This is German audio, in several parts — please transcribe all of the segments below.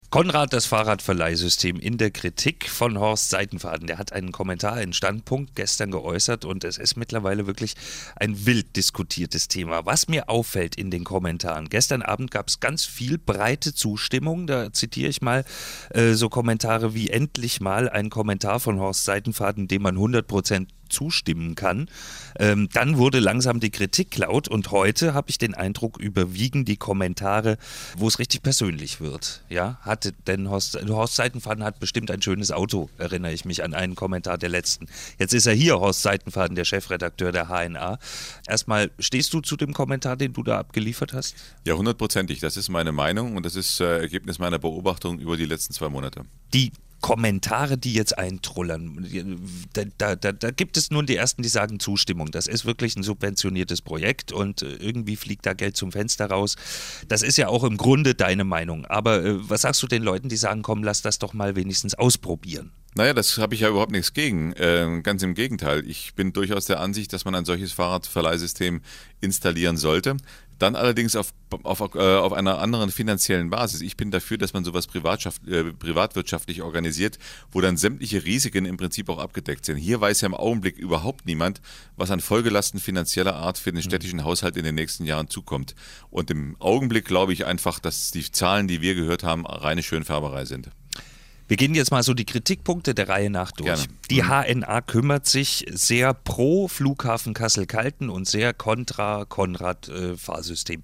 Konrad, das Fahrradverleihsystem in der Kritik von Horst Seitenfaden. Der hat einen Kommentar, einen Standpunkt gestern geäußert und es ist mittlerweile wirklich ein wild diskutiertes Thema. Was mir auffällt in den Kommentaren, gestern Abend gab es ganz viel breite Zustimmung, da zitiere ich mal so Kommentare wie endlich mal ein Kommentar von Horst Seitenfaden, dem man 100% zustimmen kann. Dann wurde langsam die Kritik laut und heute habe ich den Eindruck, überwiegen die Kommentare, wo es richtig persönlich wird. Ja, hatte denn Horst Seitenfaden hat bestimmt ein schönes Auto, erinnere ich mich an einen Kommentar der letzten. Jetzt ist er hier, Horst Seitenfaden, der Chefredakteur der HNA. Erstmal, stehst du zu dem Kommentar, den du da abgeliefert hast? Ja, 100%. Das ist meine Meinung und das ist Ergebnis meiner Beobachtung über die letzten 2 Monate. Die Kommentare, die jetzt eintrullern, da gibt es nun die ersten, die sagen Zustimmung. Das ist wirklich ein subventioniertes Projekt und irgendwie fliegt da Geld zum Fenster raus. Das ist ja auch im Grunde deine Meinung. Aber was sagst du den Leuten, die sagen, komm, lass das doch mal wenigstens ausprobieren? Naja, das habe ich ja überhaupt nichts gegen. Ganz im Gegenteil. Ich bin durchaus der Ansicht, dass man ein solches Fahrradverleihsystem installieren sollte. Dann allerdings auf einer anderen finanziellen Basis. Ich bin dafür, dass man sowas privatwirtschaftlich organisiert, wo dann sämtliche Risiken im Prinzip auch abgedeckt sind. Hier weiß ja im Augenblick überhaupt niemand, was an Folgelasten finanzieller Art für den städtischen Haushalt in den nächsten Jahren zukommt. Und im Augenblick glaube ich einfach, dass die Zahlen, die wir gehört haben, reine Schönfärberei sind. Wir gehen jetzt mal so die Kritikpunkte der Reihe nach durch. Gerne. Die HNA kümmert sich sehr pro Flughafen Kassel-Calten und sehr kontra Konrad-Fahrsystem.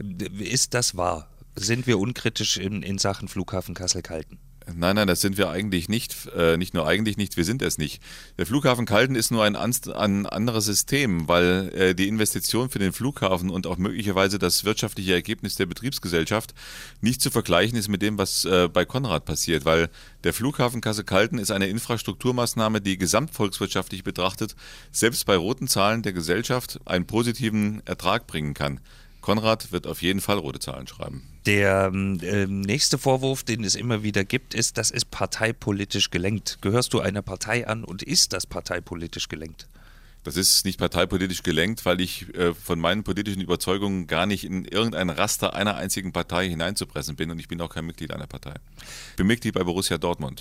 Ist das wahr? Sind wir unkritisch in Sachen Flughafen Kassel-Calten? Nein, das sind wir eigentlich nicht. Nicht nur eigentlich nicht, wir sind es nicht. Der Flughafen Calten ist nur ein anderes System, weil die Investition für den Flughafen und auch möglicherweise das wirtschaftliche Ergebnis der Betriebsgesellschaft nicht zu vergleichen ist mit dem, was bei Konrad passiert, weil der Flughafen Kassel-Calten ist eine Infrastrukturmaßnahme, die gesamtvolkswirtschaftlich betrachtet selbst bei roten Zahlen der Gesellschaft einen positiven Ertrag bringen kann. Konrad wird auf jeden Fall rote Zahlen schreiben. Der nächste Vorwurf, den es immer wieder gibt, ist, das ist parteipolitisch gelenkt. Gehörst du einer Partei an und ist das parteipolitisch gelenkt? Das ist nicht parteipolitisch gelenkt, weil ich von meinen politischen Überzeugungen gar nicht in irgendein Raster einer einzigen Partei hineinzupressen bin und ich bin auch kein Mitglied einer Partei. Ich bin Mitglied bei Borussia Dortmund.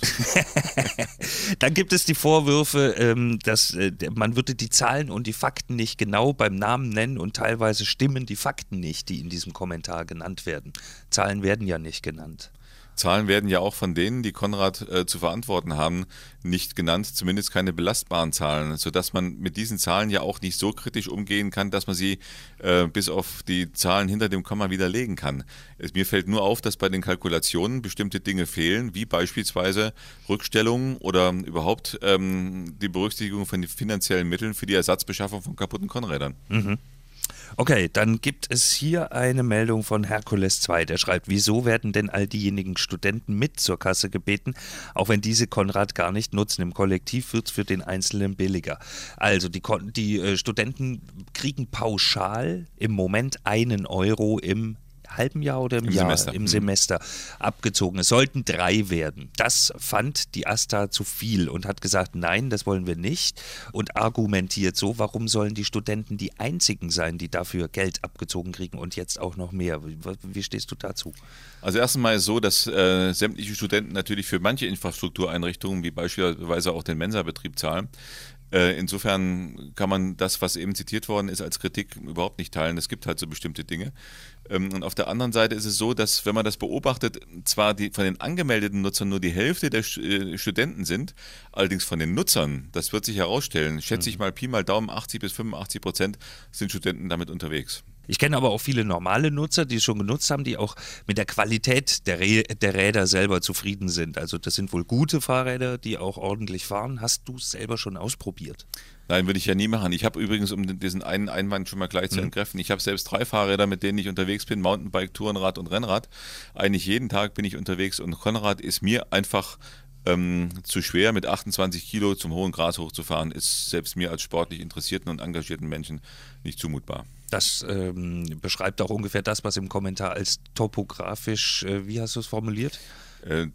Dann gibt es die Vorwürfe, dass man würde die Zahlen und die Fakten nicht genau beim Namen nennen und teilweise stimmen die Fakten nicht, die in diesem Kommentar genannt werden. Zahlen werden ja nicht genannt. Zahlen werden ja auch von denen, die Konrad zu verantworten haben, nicht genannt, zumindest keine belastbaren Zahlen, sodass man mit diesen Zahlen ja auch nicht so kritisch umgehen kann, dass man sie bis auf die Zahlen hinter dem Komma widerlegen kann. Mir fällt nur auf, dass bei den Kalkulationen bestimmte Dinge fehlen, wie beispielsweise Rückstellungen oder überhaupt die Berücksichtigung von den finanziellen Mitteln für die Ersatzbeschaffung von kaputten Konrädern. Mhm. Okay, dann gibt es hier eine Meldung von Herkules 2, der schreibt, wieso werden denn all diejenigen Studenten mit zur Kasse gebeten, auch wenn diese Konrad gar nicht nutzen. Im Kollektiv wird es für den Einzelnen billiger. Also die Studenten kriegen pauschal im Moment 1 Euro im halben Jahr oder im Jahr? Semester. Im Semester abgezogen. Es sollten 3 werden. Das fand die AStA zu viel und hat gesagt, nein, das wollen wir nicht und argumentiert so, warum sollen die Studenten die einzigen sein, die dafür Geld abgezogen kriegen und jetzt auch noch mehr? Wie stehst du dazu? Also erst einmal ist so, dass sämtliche Studenten natürlich für manche Infrastruktureinrichtungen, wie beispielsweise auch den Mensabetrieb, zahlen. Insofern kann man das, was eben zitiert worden ist, als Kritik überhaupt nicht teilen. Es gibt halt so bestimmte Dinge. Und auf der anderen Seite ist es so, dass, wenn man das beobachtet, zwar von den angemeldeten Nutzern nur die Hälfte der Studenten sind, allerdings von den Nutzern, das wird sich herausstellen, schätze ich mal Pi mal Daumen, 80-85% sind Studenten damit unterwegs. Ich kenne aber auch viele normale Nutzer, die es schon genutzt haben, die auch mit der Qualität der Räder selber zufrieden sind. Also das sind wohl gute Fahrräder, die auch ordentlich fahren. Hast du es selber schon ausprobiert? Nein, würde ich ja nie machen. Ich habe übrigens, um diesen einen Einwand schon mal gleich zu entkräften, ich habe selbst 3 Fahrräder, mit denen ich unterwegs bin, Mountainbike, Tourenrad und Rennrad. Eigentlich jeden Tag bin ich unterwegs und Konrad ist mir einfach zu schwer, mit 28 Kilo zum hohen Gras hochzufahren, ist selbst mir als sportlich interessierten und engagierten Menschen nicht zumutbar. Das beschreibt auch ungefähr das, was im Kommentar als topografisch, wie hast du es formuliert?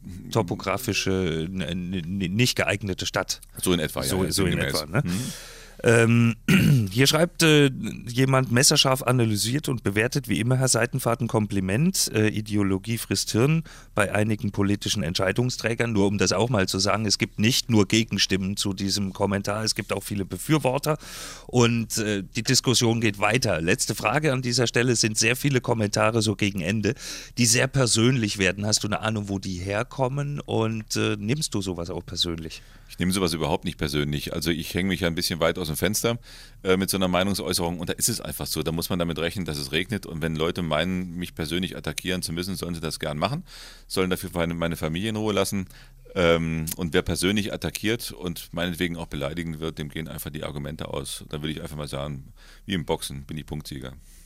Topografische, nicht geeignete Stadt. So in etwa, ja. So in etwa, ne? Hier schreibt jemand, messerscharf analysiert und bewertet, wie immer, Herr Seitenfahrt, ein Kompliment. Ideologie frisst Hirn bei einigen politischen Entscheidungsträgern. Nur um das auch mal zu sagen, es gibt nicht nur Gegenstimmen zu diesem Kommentar, es gibt auch viele Befürworter und die Diskussion geht weiter. Letzte Frage an dieser Stelle, sind sehr viele Kommentare so gegen Ende, die sehr persönlich werden. Hast du eine Ahnung, wo die herkommen und nimmst du sowas auch persönlich? Ich nehme sowas überhaupt nicht persönlich. Also ich hänge mich ja ein bisschen weit aus dem Fenster mit so einer Meinungsäußerung und da ist es einfach so. Da muss man damit rechnen, dass es regnet und wenn Leute meinen, mich persönlich attackieren zu müssen, sollen sie das gern machen, sollen dafür meine Familie in Ruhe lassen. Und wer persönlich attackiert und meinetwegen auch beleidigen wird, dem gehen einfach die Argumente aus. Da würde ich einfach mal sagen, wie im Boxen bin ich Punktsieger.